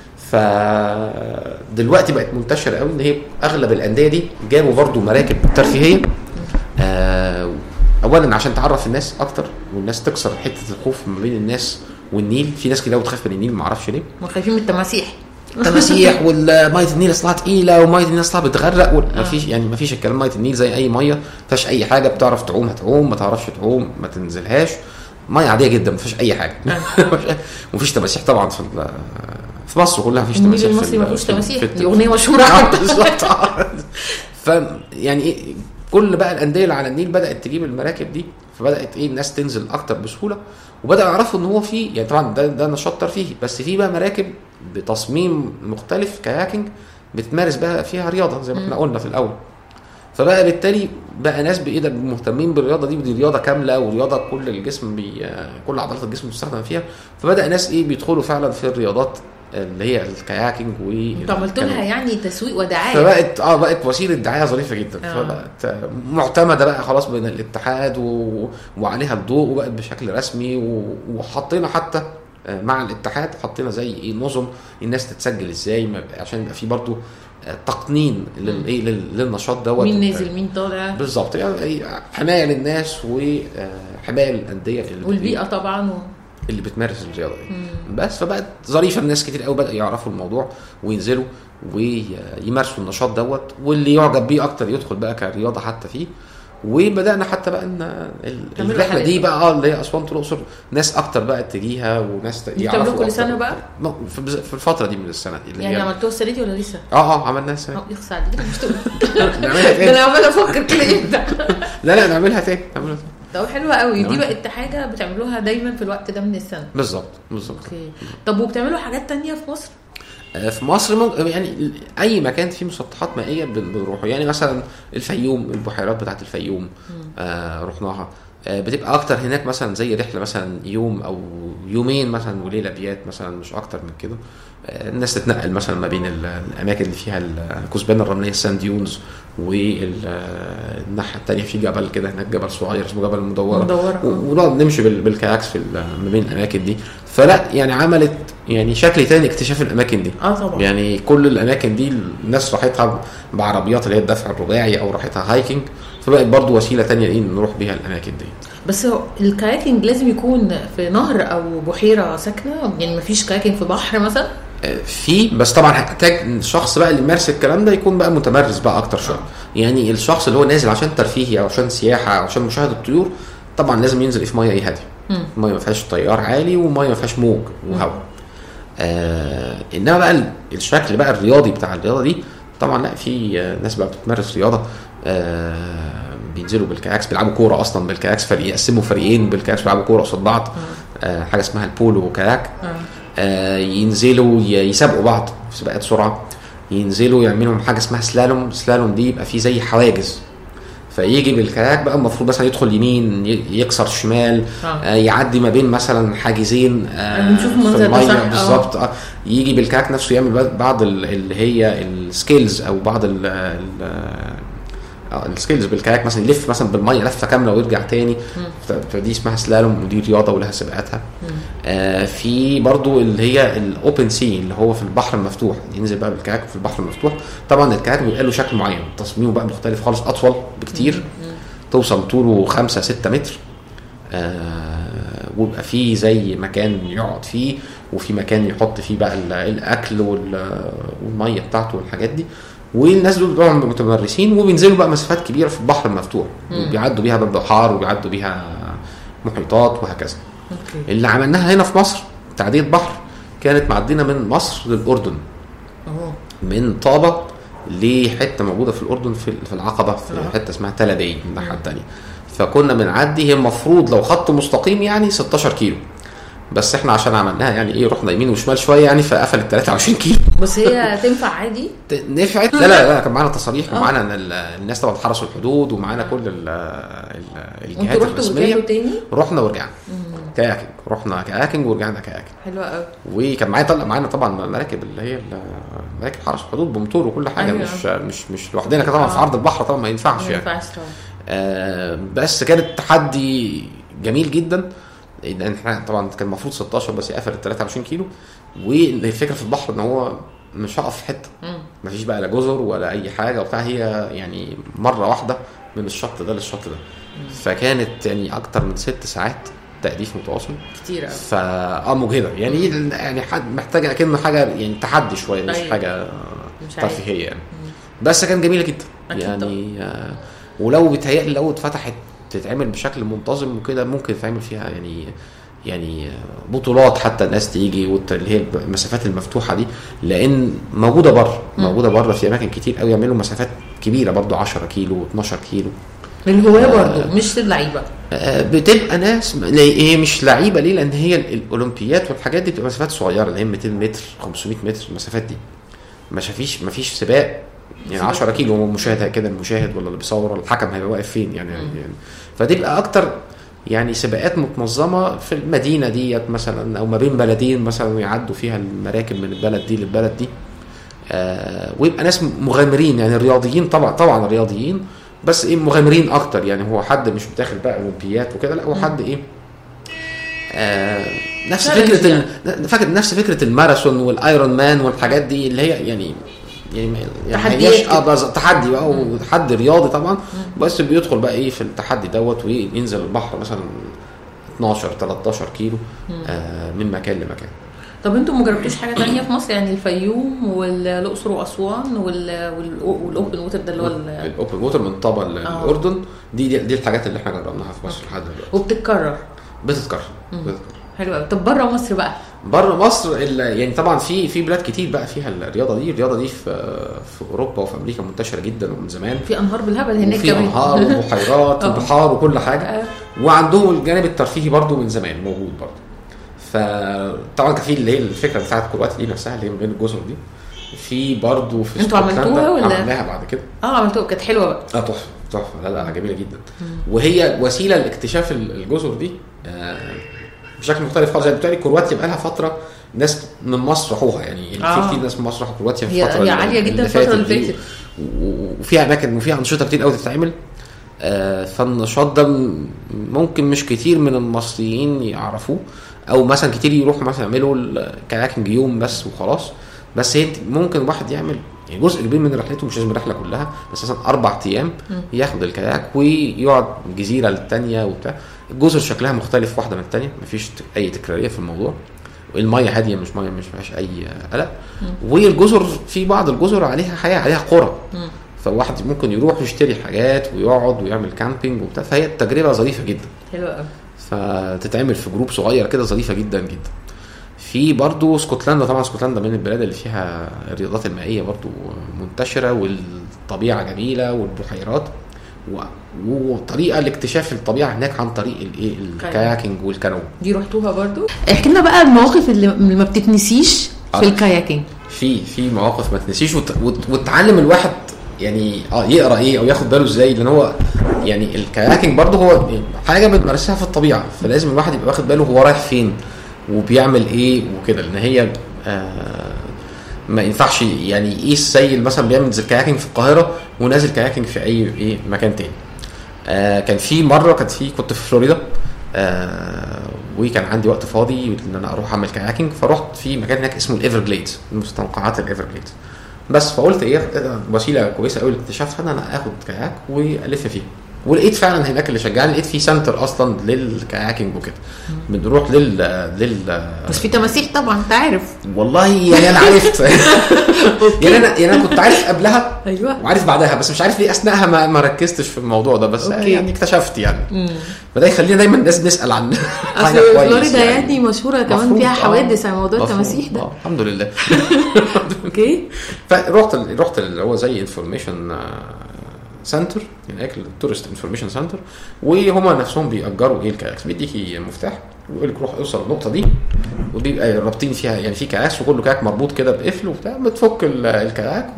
فدلوقتي بقت منتشره قوي ان هي اغلب الانديه دي جابوا برضو مراكب ترفيهيه، آه اولا عشان تعرف الناس اكتر والناس تكسر حته الخوف ما بين الناس والنيل. في ناس كده بتخاف من النيل ما اعرفش ليه، ما خايفين من التماسيح التماسيح والميه النيل اصلها تقيله وميه النيل اصلها بتغرق وما فيش يعني ما فيش الكلام. ميه النيل زي اي ميه، ما فيهاش اي حاجه، بتعرف تعوم هتعوم، ما تعرفش تعوم ما تنزلهاش، ميه عاديه جدا ما فيش اي حاجه. ما فيش تماسيح طبعا في في مصر كلها، ما فيش تماسيح. النيل المصري ما فيش تماسيح، دي اغنيه مشهوره بالظبط. ف يعني كل بقى الانديه اللي على النيل بدات تجيب المراكب دي، فبدات ايه الناس تنزل اكتر بسهوله، وبدا يعرفوا ان هو في يعني طبعا ده ده نشاط ترفيهي، بس في بقى مراكب بتصميم مختلف كاياكينج بتمارس بقى فيها رياضه زي ما احنا قلنا في الاول. فبقى بالتالي بقى ناس بايده مهتمين بالرياضه دي، ودي رياضه كامله ورياضه كل الجسم بي كل عضلات الجسم بتستخدم فيها. فبدا ناس ايه بيدخلوا فعلا في الرياضات اللي هي الكاياكينج. و انتوا عملتوا لها يعني تسويق ودعايه، فبقت اه بقت وسيله دعايه ظريفه جدا. آه. فبقت معتمده بقى خلاص بين الاتحاد و... وعليها الضوء، وبقت بشكل رسمي و... وحطينا حتى مع الاتحاد حطينا زي ايه نظم الناس تتسجل ازاي عشان يبقى في برضو تقنين للايه للنشاط دوت، مين نازل مين طالع بالظبط، يعني حمايه للناس وحمايه للانديه والبيئه طبعا و... اللي بتمارس الرياضه دي. بس فبقت ظريفه، الناس كتير قوي بدأوا يعرفوا الموضوع وينزلوا ويمارسوا النشاط دوت، واللي يعجب بيه اكتر يدخل بقى كرياضه حتى فيه. وبدأنا حتى بقى ان الرحله دي بقى اه اللي هي اسوان والاقصر ناس اكتر بقى تجيها وناس يعرفوا كل سنه بقى في الفتره دي من السنه دي. يعني عملتوها السنه دي ولا لسه؟ اه اه عملناها السنه دي. يخسر عليك مش تقول نعملها تاني. انا عمال افكر كده امتى. لا لا نعملها تاني نعملها تاني. طب حلوه قوي دي بقت حاجه بتعملوها دايما في الوقت ده من السنه. بالظبط بالظبط. اوكي. طب وبتعملوا حاجات تانية في مصر؟ في مصر يعني اي مكان فيه مسطحات مائيه بنروحه، يعني مثلا الفيوم البحيرات بتاعه الفيوم آه رحناها. آه بتبقى اكتر هناك مثلا زي رحله مثلا يوم او يومين مثلا وليله بيات مثلا، مش اكتر من كده. آه الناس تتنقل مثلا ما بين الاماكن اللي فيها الكثبان الرمليه الساند ديونز، والناحيه الثانيه في جبل كده هناك جبل صغير اسمه جبل المدوره، ونقعد نمشي بالكاياكس في ما بين الاماكن دي. فلا يعني عملت يعني شكل تاني اكتشاف الاماكن دي. اه طبعا. يعني كل الاماكن دي الناس راحتها بعربيات اللي هي الدفع الرباعي او راحتها هايكنج، فبقت برضو وسيله تانية ايه نروح بيها الاماكن دي. بس الكاياكينج لازم يكون في نهر او بحيره ساكنه، يعني مفيش كاياكينج في بحر مثلا؟ في، بس طبعا هتحتاج الشخص بقى اللي يمارس الكلام ده يكون بقى متمرس بقى اكتر شويه. يعني الشخص اللي هو نازل عشان ترفيهي او عشان سياحه او عشان مشاهده الطيور طبعا لازم ينزل في ميه ايه هاديه، ميه ما فيهاش تيار عالي وميه ما فيهاش موج وهواء. آه انما بقى الشكل بقى الرياضي بتاع الرياضه دي طبعا لا، في ناس بقى بتمارس رياضه آه بينزلوا بالكاياكس بيلعبوا كوره اصلا بالكاياكس، فريق يقسموا فريقين بالكاياكس بيلعبوا كوره قصاد بعض. آه حاجه اسمها البولو كاياك. آه ينزلوا يسابقوا بعض في سباقات سرعه، ينزلوا يعملوا حاجه اسمها سلالوم. سلالوم دي يبقى فيه زي حواجز، فيجي بالكاياك بقى المفروض مثلا يدخل يمين يكسر شمال. آه. آه يعدي ما بين مثلا حاجزين آه في الميه بالظبط. آه. يجي بالكايك نفسه يعمل بعض اللي هي السكيلز او بعض ال السكيلز بالكايك، مثلا يلف مثلا بالميه لفه كامله ويرجع تاني. فدي اسمها سلالوم ودي رياضه ولها سباقاتها. آه في برضو اللي هي الاوبن سي اللي هو في البحر المفتوح، ينزل بقى بالكايك في البحر المفتوح. طبعا الكايك بيبقى له شكل معين، تصميمه بقى مختلف خالص، اطول بكتير. مم. توصل طوله خمسة ستة متر. آه ويبقى فيه زي مكان يقعد فيه وفي مكان يحط فيه بقى الاكل والميه بتاعته والحاجات دي. والناس دول بيبقوا متمرسين وبينزلوا بقى مسافات كبيره في البحر المفتوح، وبيعدوا بيها بحار وبيعدوا بيها محيطات وهكذا. أوكي. اللي عملناها هنا في مصر تعدية بحر كانت معدينا من مصر للاردن. أوه. من طابه لحته موجوده في الاردن في العقبه في أوه. حته اسمها تلبي الناحيه الثانيه. فكنا بنعدي، هي المفروض لو خط مستقيم يعني ستاشر كيلو، بس احنا عشان عملناها يعني ايه رحنا يمين وشمال شويه يعني فقفلت تلاتة وعشرين كيلو. بس هي تنفع عادي؟ نفعت. لا لا لا كان معانا تصاريح ومعانا الناس طبعا حرسوا الحدود ومعانا كل الجهات الرسميه. رحنا ورجعنا كاياكينج، رحنا كاياكينج ورجعنا كاياكينج. حلوه قوي. وكان معايا طلع معانا طبعا مراكب اللي هي مراكب حرس الحدود بموتور وكل حاجه. أيوة. مش مش مش لوحدنا كده طبعا. آه. في عرض البحر طبعا ما ينفعش يعني. ما ينفعش طبعا. آه بس كانت تحدي جميل جدا. ان احنا طبعا كان المفروض ستاشر بس يقفل تلاتة وعشرين كيلو. والفكره في البحر ان هو مش هقف في حته، مفيش بقى لا جزر ولا اي حاجه وبتاع، هي يعني مره واحده من الشط ده للشط ده. مم. فكانت يعني اكتر من ست ساعات تأديف متواصل كتير قوي. فاه مجهده يعني. مم. يعني حد محتاجه كأنه حاجه يعني تحدي شويه، مش أيوة. حاجه ترفيهيه يعني. مم. بس كان جميله جدا يعني. آه ولو بتهيألي لو اتفتحت تتعمل بشكل منتظم وكده ممكن تعمل فيها يعني يعني بطولات حتى الناس تيجي، واللي هي المسافات المفتوحه دي لان موجوده بره موجوده بره في اماكن كتير قوي يعملوا مسافات كبيره برضو عشرة كيلو اتناشر كيلو. الهواة برضو آه مش اللعيبه. آه بتبقى ناس هي مش لعيبه. ليه؟ لان هي الاولمبيات والحاجات دي بتبقى مسافات صغيره اللي هي ميتين متر خمسمية متر. المسافات دي ما فيش ما فيش سباق يعني عشرة كيلو مشاهد كده، المشاهد ولا اللي بيصور ولا الحكم هيبقى واقف فين يعني, يعني فتبقى اكتر يعني سباقات متنظمه في المدينه ديت مثلا او ما بين بلدين مثلا يعدوا فيها المراكب من البلد دي للبلد دي. آه ويبقى ناس مغامرين يعني الرياضيين طبعا طبعا الرياضيين بس ايه مغامرين اكتر يعني. هو حد مش بتاخد بقى اولمبيات وكده، لا هو حد ايه آه نفس فكره ال... فاكر نفس فكره الماراثون والايرون مان والحاجات دي اللي هي يعني يعني تحدي اه تحدي بقى وتحدي رياضي طبعا. م. بس بيدخل بقى ايه في التحدي دوت وينزل البحر مثلا اتناشر تلتاشر كيلو آه من مكان لمكان. طب انتوا ما جربتوش حاجه تانية في مصر يعني الفيوم والاقصر واسوان والاوبن ووتر ده اللي هو الاوبن ووتر من طابا الاردن آه. دي دي الحاجات اللي احنا جربناها في مصر لحد دلوقتي وبتتكرر بتتكرر حلو قوي. طب بره مصر بقى بره مصر يعني طبعا في في بلاد كتير بقى فيها الرياضه دي الرياضه دي في في اوروبا وفي امريكا منتشره جدا ومن زمان. في انهار بالهبل هناك كمان في انهار وبحيرات وبحار وكل حاجه وعندهم الجانب الترفيهي برضو من زمان موجود برضو. فطبعا كان في اللي هي الفكره بتاعت كرواتيا دي نفسها اللي هي من بين الجزر دي في برضو في انتوا عملتوها ولا عملناها بعد كده؟ اه عملتوها كانت حلوه بقى. اه تحفه تحفه لا لا جميله جدا. مم. وهي وسيله لاكتشاف الجزر دي آه بشكل مختلف خالص. بالتالي كرواتيا بقى لها فتره ناس من مصر راحوها يعني آه. في كتير ناس من مصر راحوا كرواتيا في الفتره هي عاليه جدا الفتره اللي فاتت وفيها اماكن وفيها انشطه كتير قوي تتعمل. آه فالنشاط ده ممكن مش كتير من المصريين يعرفوه او مثلا كتير يروحوا مثلا يعملوا الكاياكينج يوم بس وخلاص. بس هي ممكن واحد يعمل يعني جزء كبير من رحلته مش لازم الرحله كلها بس مثلا اربع ايام ياخد الكاياك ويقعد جزيره للتانيه وبتاع. الجزر شكلها مختلف واحده من الثانيه مفيش اي تكراريه في الموضوع. الميه هاديه مش ميه مش فيهاش اي قلق. والجزر في بعض الجزر عليها حياه عليها قرى فواحد ممكن يروح يشتري حاجات ويقعد ويعمل كامبينج وبتاع. فهي التجربه ظريفه جدا حلوه قوي فتتعمل في جروب صغير كده ظريفه جدا جدا. في برضو اسكتلندا طبعا اسكتلندا من البلاد اللي فيها الرياضات المائيه برضو منتشره والطبيعه جميله والبحيرات وطريقه لاكتشاف الطبيعه هناك عن طريق الايه الكاياكينج والكانو. دي رحتوها برضو؟ احكي لنا بقى المواقف اللي ما بتتنسيش في آه. الكاياكينج. في في مواقف ما تنسيش وتعلم الواحد يعني اه يقرا ايه او ياخد باله ازاي لان هو يعني الكاياكينج برضو هو حاجه بتمارسها في الطبيعه فلازم الواحد يبقى واخد باله هو رايح فين وبيعمل ايه وكده لان هي آه ما ينفعش يعني يقيس زي مثلا بيعمل زي الكاياكينج في القاهره ونازل كاياكينج في اي ايه مكان تاني. آه كان في مره كانت في كنت في فلوريدا آه وكان عندي وقت فاضي ان انا اروح اعمل كاياكينج فرحت في مكان هناك اسمه الايفرجليدز مستنقعات الايفرجليدز. بس فقلت ايه وسيله كويسه قوي لاكتشافها ان انا اخد كاياك والف فيه ولقيت فعلا هناك اللي شجعني لقيت في سنتر اصلا للكاياكينج وكده بنروح لل لل بس في تماسيح طبعا انت عارف والله يعني انا عرفت يعني انا يعني انا كنت عارف قبلها ايوه وعارف بعدها بس مش عارف ليه اثناءها ما, ما ركزتش في الموضوع ده بس أوكي. يعني اكتشفت يعني فده يخلينا دايما الناس نسال عن حاجه كويسه. فلوريدا يعني, يعني مشهوره كمان فيها حوادث على موضوع التماسيح ده آه. الحمد لله اوكي. فرحت رحت اللي هو زي انفورميشن سنتر هناك التورست انفورميشن سنتر وهما نفسهم بيأجروا ايه الكاياكس بيديكي مفتاح ويقول لك روح اوصل النقطه دي وبيبقى رابطين فيها يعني في كاياكس وكله كاياك مربوط كده بقفل وبتاع بتفك الكاياك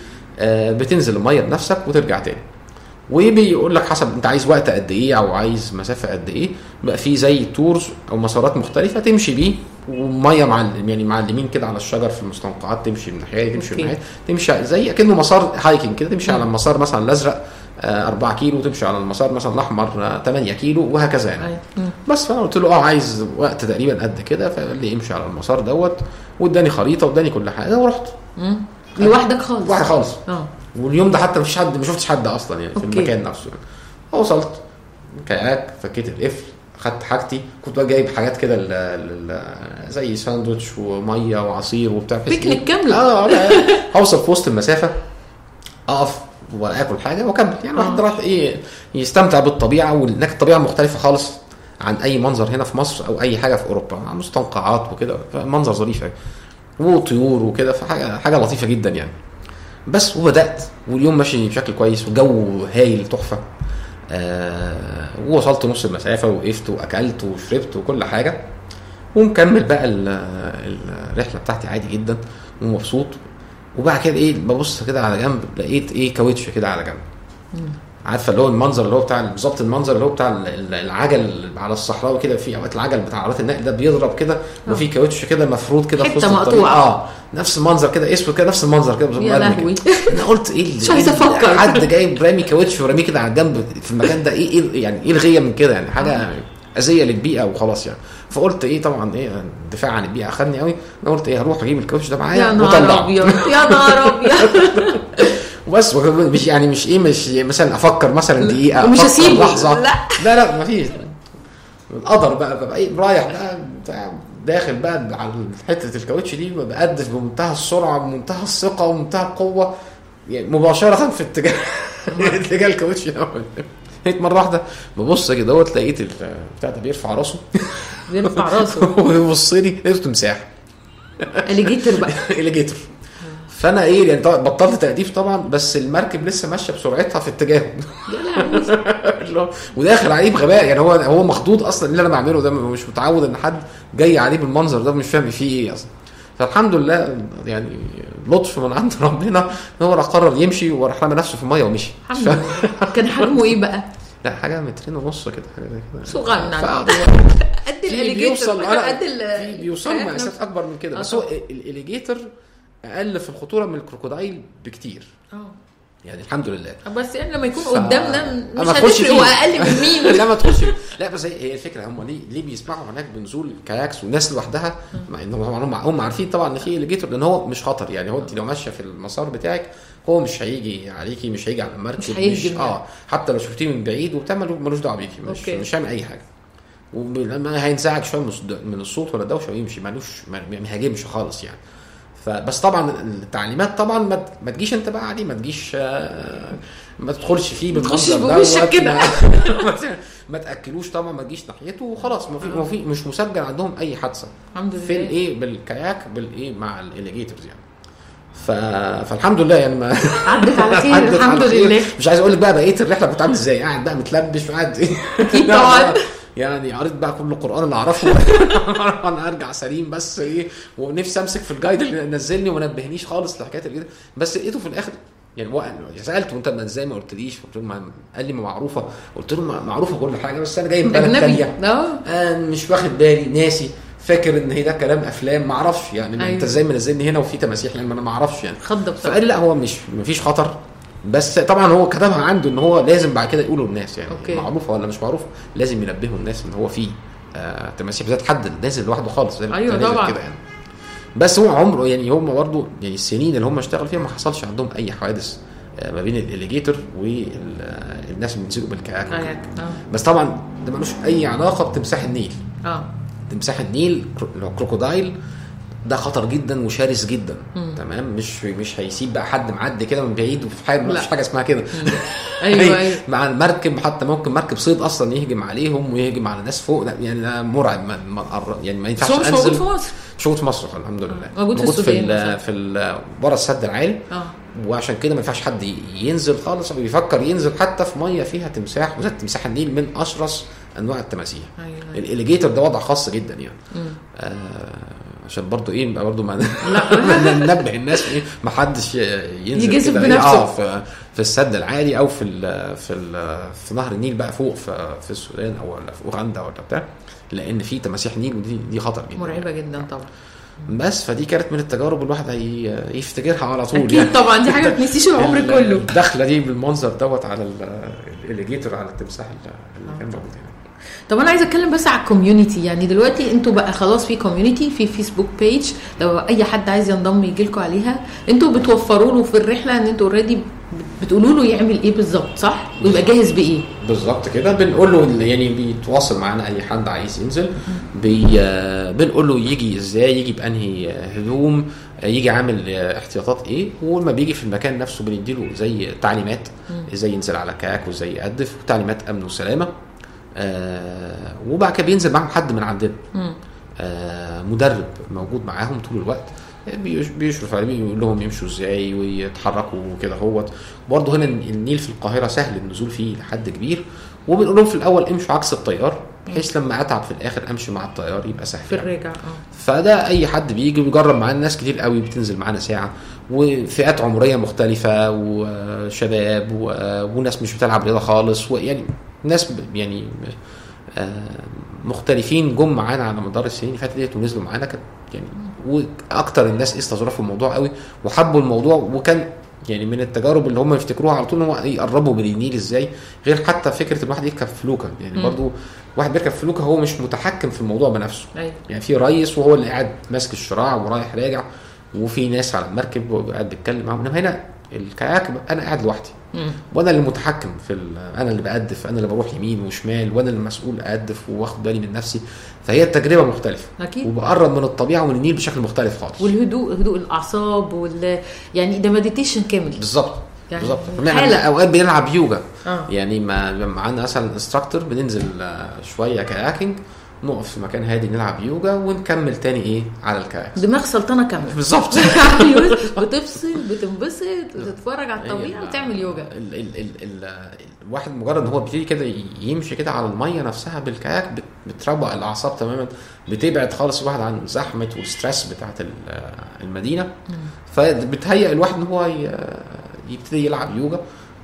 وبتنزل الميه بنفسك وترجع تاني وبيقول لك حسب انت عايز وقت قد ايه او عايز مسافه قد ايه بقى في زي تورز او مسارات مختلفه تمشي بيه وميه مع يعني معلمين كده على الشجر في المستنقعات تمشي من ناحيه تمشي من ناحيه تمشي زي كأنه مسار هايكنج كده تمشي على المسار مثلا الازرق أربعة كيلو وتمشي على المسار مثلا الاحمر ثمانية كيلو وهكذا يعني. بس فانا قلت له اه عايز وقت تقريبا قد كده فقال لي امشي على المسار دوت واداني خريطه واداني كل حاجه ورحت لوحدك خالص لوحدي خالص اه واليوم ده حتى مفيش حد ما شفتش حد اصلا يعني في أوكي. المكان نفسه يعني. وصلت كاياك فكيت القفل خدت حاجتي كنت بقى جايب حاجات كده زي ساندوتش وميه وعصير وبتاع بيكنيك كامله اه هوصل في وسط المسافه اقف واكل حاجه واكمل يعني واحد راح ايه يستمتع بالطبيعه وهناك الطبيعه مختلفه خالص عن اي منظر هنا في مصر او اي حاجه في اوروبا مستنقعات وكده منظر ظريف وطيور وكده فحاجه حاجه لطيفه جدا يعني. بس وبدات واليوم ماشي بشكل كويس وجو هايل تحفه آه ووصلت نص المسافه وقفت واكلت وشربت وكل حاجه ومكمل بقى الرحله بتاعتي عادي جدا ومبسوط. وبعد كده ايه ببص كده على جنب لقيت ايه كاوتش كده على جنب عارفه اللي هو المنظر اللي هو بتاع بالظبط المنظر اللي هو بتاع العجل على الصحراء كده في اوقات العجل بتاع عربات النقل ده بيضرب كده وفي كاوتش كده مفروض كده في وسط الطريق اه نفس المنظر كده اسود كده نفس المنظر كده يا لهوي انا قلت ايه مش عايز افكر حد جايب رامي كاوتش ورامي كده على الجنب في المكان ده ايه, إيه يعني ايه الغيه من كده يعني حاجه اذيه للبيئه وخلاص يعني. فقلت ايه طبعا ايه الدفاع عن البيئه اخدني قوي. انا قلت ايه هروح اجيب الكاوتش ده معايا واطلعه يا نهار ابيض بس مش يعني مش ايه مش مثلا افكر مثلا دقيقه مش هسيبه لحظه لا لا لا مفيش القدر بقى بقى ايه رايح بقى داخل بقى على حته الكاوتش دي بقدف بمنتهى السرعه بمنتهى الثقه ومنتهى القوه يعني مباشره في اتجاه اتجاه الكاوتش الاول. هيك مره واحده ببص كده دوت لقيت بتاع ده بيرفع راسه بيرفع راسه ويبص لي لقيته تمساح اليجيتر بقى اليجيتر. فانا ايه يعني بطلت تأديف طبعا بس المركب لسه ماشيه بسرعتها في اتجاهه وداخل عليه بغباء يعني. هو هو مخضوض اصلا اللي انا بعمله ده مش متعود ان حد جاي عليه بالمنظر ده مش فاهم فيه ايه اصلا. فالحمد لله يعني لطف من عند ربنا ان هو قرر يمشي وراح رمى نفسه في الميه ومشي. الحمد لله. كان حجمه ايه بقى؟ لا حاجه مترين ونص كده حاجه زي كده صغير قد الاليجيتر قد ال بيوصل مقاسات اكبر من كده بس هو الاليجيتر اقل في الخطوره من الكروكودايل بكتير اه يعني الحمد لله. بس يعني لما يكون ف... قدامنا مش هتفرق هو اقل من مين لا ما تخش لا بس هي الفكره هم ليه ليه بيسمعوا هناك بنزول كاياكس وناس لوحدها مع انهم هم هم عارفين طبعا ان في اليجيتور لان هو مش خطر يعني. هو انت لو ماشيه في المسار بتاعك هو مش هيجي عليكي مش هيجي على المركب مش, مش اه حتى لو شفتيه من بعيد وبتاع ملوش دعوه بيكي مش أوكي. مش هيعمل اي حاجه ولما هينزعج شويه من الصوت ولا الدوشه ويمشي ملوش ما هيهاجمش خالص يعني. فبس طبعا التعليمات طبعا ما تجيش انت بقى عليه ما تجيش ما تدخلش فيه بالمنظر ده ما تاكلوش طبعا ما تجيش ناحيته وخلاص ما في ما في مش مسجل عندهم اي حادثه في الايه بالكاياك بالايه مع الاليجيتورز يعني. ف... فالحمد لله يعني ما عدت على خير الحمد لله. مش عايز اقول لك بقى بقيه الرحله كنت عامل ازاي قاعد بقى متلبش وقاعد اكيد طبعا يعني قريت بقى كل القرآن اللي اعرفه انا ارجع سليم بس ايه ونفسي امسك في الجايد اللي نزلني وما نبهنيش خالص لحكايه الجديده بس لقيته في الاخر يعني سالته انت ازاي ما قلتليش قلت له قال لي ما معروفه قلت له معروفه كل حاجه بس انا جاي من بلد ثانيه اه مش واخد بالي ناسي فاكر ان هي ده كلام افلام ما اعرفش يعني أيوة. انت ازاي منزلني هنا وفي تماسيح يعني انا ما اعرفش يعني فقال لي لا هو مش مفيش خطر بس طبعا هو كتبها عنده ان هو لازم بعد كده يقولوا للناس يعني أوكي. معروفه ولا مش معروفه لازم ينبهوا الناس ان هو في آه تماسيح ذات حد نازل لوحده خالص زي أيوة طبعا كده يعني. بس هو عمره يعني هم برضه يعني السنين اللي هم اشتغلوا فيها ما حصلش عندهم اي حوادث آه ما بين الاليجيتور والناس اللي بينزلوا بالكاياك آه. بس طبعا ده ملوش اي علاقه بتمساح النيل اه تمساح النيل لو كروكودايل ده خطر جدا وشرس جدا مم. تمام مش مش هيسيب بقى حد معدي كده من بعيد وفي حاجه مفيش حاجه اسمها كده ايوه ايوه مع المركب حتى ممكن مركب صيد اصلا يهجم عليهم ويهجم على ناس فوق يعني ده مرعب ما يعني ما ينفعش انزل. موجود في مصر مش موجود في مصر الحمد لله موجود, موجود في ال في ال ورا السد العالي اه وعشان كده ما ينفعش حد ينزل خالص او يفكر ينزل حتى في ميه فيها تمساح وذات تمساح النيل من اشرس انواع التماسيح. أيوة. الاليجيتور ده وضع خاص جدا يعني آه عشان برضو ايه بقى برضو ما ننبه الناس ايه ما حدش ينزل كده بنفسه اه في في السد العالي او في ال في ال في نهر النيل بقى فوق في في السودان او ولا في اوغندا ولا بتاع لان في تماسيح نيل ودي دي خطر جدا مرعبه جدا طبعا. بس فدي كانت من التجارب الواحد هيفتكرها على طول اكيد يعني. طبعا دي حاجه ما تنسيش العمر كله الدخله دي بالمنظر دوت على الاليجيتور على التمساح اللي كان موجود هنا. طب انا عايزه اتكلم بس على الكوميونتي يعني دلوقتي انتوا بقى خلاص في كوميونتي في فيسبوك بيج لو اي حد عايز ينضم يجي لكم عليها انتوا بتوفروا له في الرحله ان انتوا اوريدي بتقولوا له يعمل ايه بالظبط صح ويبقى جاهز بايه بالظبط كده بنقول له يعني بيتواصل معانا اي حد عايز ينزل بي بنقول له يجي ازاي يجي بانهي هدوم يجي عامل احتياطات ايه ولما بيجي في المكان نفسه بنديله زي تعليمات ازاي ينزل على كاك وازاي يقدف وتعليمات امن وسلامه آه وبعد كده بينزل معهم حد من عندنا آه مدرب موجود معاهم طول الوقت بيشرف عليهم يقول لهم يمشوا ازاي ويتحركوا وكده اهوت. برضه هنا النيل في القاهره سهل النزول فيه لحد كبير وبنقول لهم في الاول امشوا عكس التيار بحيث لما اتعب في الاخر امشي مع التيار يبقى سهل في الرجع اه فده اي حد بيجي بيجرب معانا ناس كتير قوي بتنزل معانا ساعه وفئات عمريه مختلفه وشباب وناس مش بتلعب رياضه خالص ويعني ناس يعني مختلفين جم معانا على مدار السنين اللي فاتت ديت ونزلوا معانا كانت يعني واكتر الناس استظرفوا الموضوع قوي وحبوا الموضوع وكان يعني من التجارب اللي هم يفتكروها على طول هو يقربوا من النيل ازاي، غير حتى فكره الواحد يركب فلوكه. يعني برضو واحد بيركب فلوكه هو مش متحكم في الموضوع بنفسه. أيوة. يعني في رئيس وهو اللي قاعد ماسك الشراع ورايح راجع، وفي ناس على المركب وقاعد بيتكلم معاهم. انما هنا الكاياك انا قاعد لوحدي، وانا اللي متحكم في، انا اللي بقدف، انا اللي بروح يمين وشمال، وانا المسؤول اقدف واخد بالي من نفسي. فهي التجربه مختلفه أكيد. وبقرب من الطبيعه ومن النيل بشكل مختلف خالص. والهدوء، هدوء الاعصاب وال يعني ده مديتيشن كامل بالظبط. يعني بالظبط. اوقات بنلعب يوجا. آه. يعني ما معانا مثلا انستراكتور بننزل شويه كاياكينج، نقف في مكان هادي نلعب يوجا ونكمل تاني ايه على الكاياك. دماغ سلطنه كامله. بالظبط. بتفصل، بتنبسط، وتتفرج على الطبيعه وتعمل يوجا. ال ال ال ال الواحد مجرد ان هو بيبتدي كده يمشي كده على الميه نفسها بالكاياك بتروق الاعصاب تماما، بتبعد خالص الواحد عن زحمه والستريس بتاعه المدينه. فبتهيئ الواحد ان هو يبتدي يلعب يوجا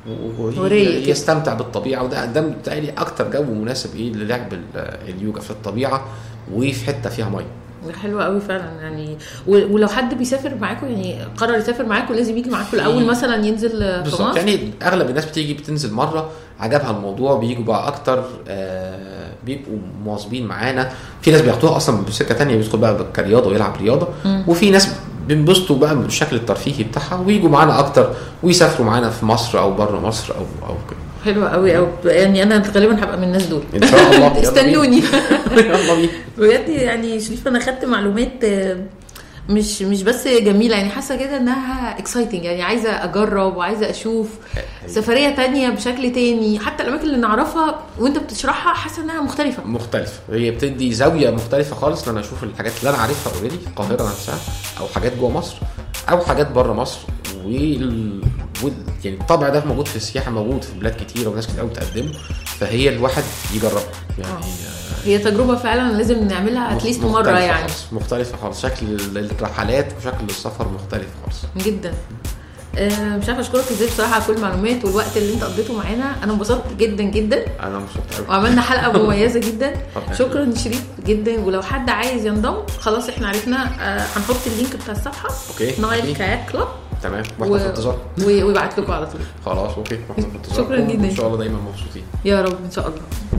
ويستمتع بالطبيعه. وده ده بتاعي اكتر جو مناسب ايه للعب اليوجا في الطبيعه وفي حته فيها ميه. حلوه قوي فعلا يعني. ولو حد بيسافر معاكم يعني قرر يسافر معاكم لازم يجي معاكم الاول مثلا ينزل في مصر. يعني اغلب الناس بتيجي بتنزل مره عجبها الموضوع بييجوا بقى اكتر، آه بيبقوا مواظبين معانا. في ناس بياخدوها اصلا بسكه تانية بيدخل بقى كرياضه ويلعب رياضه، م. وفي ناس بينبسطوا بقى بالشكل الترفيهي بتاعها وييجوا معانا اكتر ويسافروا معانا في مصر او بره مصر او او كده. حلوه قوي قوي يعني. انا غالبا هبقى من الناس دول ان شاء الله. استنوني. يلا بينا بجد يعني شريف انا خدت معلومات مش مش بس جميله يعني، حاسه كده انها اكسايتنج يعني، عايزه اجرب وعايزه اشوف سفريه تانية بشكل تاني. حتى الاماكن اللي نعرفها وانت بتشرحها حاسه انها مختلفه مختلفه هي بتدي زاويه مختلفه خالص. لما اشوف الحاجات اللي انا عارفها اوريدي في القاهره نفسها او حاجات جوه مصر او حاجات بره مصر. وال... يعني الطبع ده موجود في السياحه، موجود في بلاد كتيره وناس كتير قوي بتقدمه. فهي الواحد يجربها يعني. آه. هي تجربه فعلا لازم نعملها اتليست مره يعني. خالص. مختلفه خالص. شكل الرحلات وشكل السفر مختلف خالص جدا. آه مش عارفه اشكرك ازاي بصراحه على كل المعلومات والوقت اللي انت قضيته معانا. انا انبسطت جدا جدا. انا مبسوط قوي وعملنا حلقه مميزه جدا. شكرا شريف جدا. ولو حد عايز ينضم خلاص احنا عرفنا، آه هنحط اللينك بتاع الصفحه. اوكي. نايل كاياك كلاب. تمام. واحنا في انتظار ويبعت لكم على طول. خلاص اوكي. واحنا في انتظار. شكرا جدا. ان شاء الله دايما مبسوطين يا رب ان شاء الله.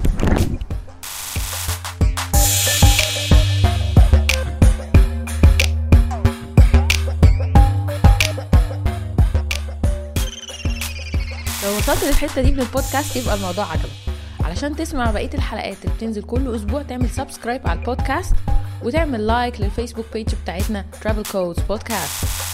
لو وصلت للحته دي من البودكاست يبقى الموضوع عجبك. علشان تسمع بقيه الحلقات اللي بتنزل كل اسبوع تعمل سبسكرايب على البودكاست وتعمل لايك للفيسبوك بيج بتاعتنا Travel Codes Podcast.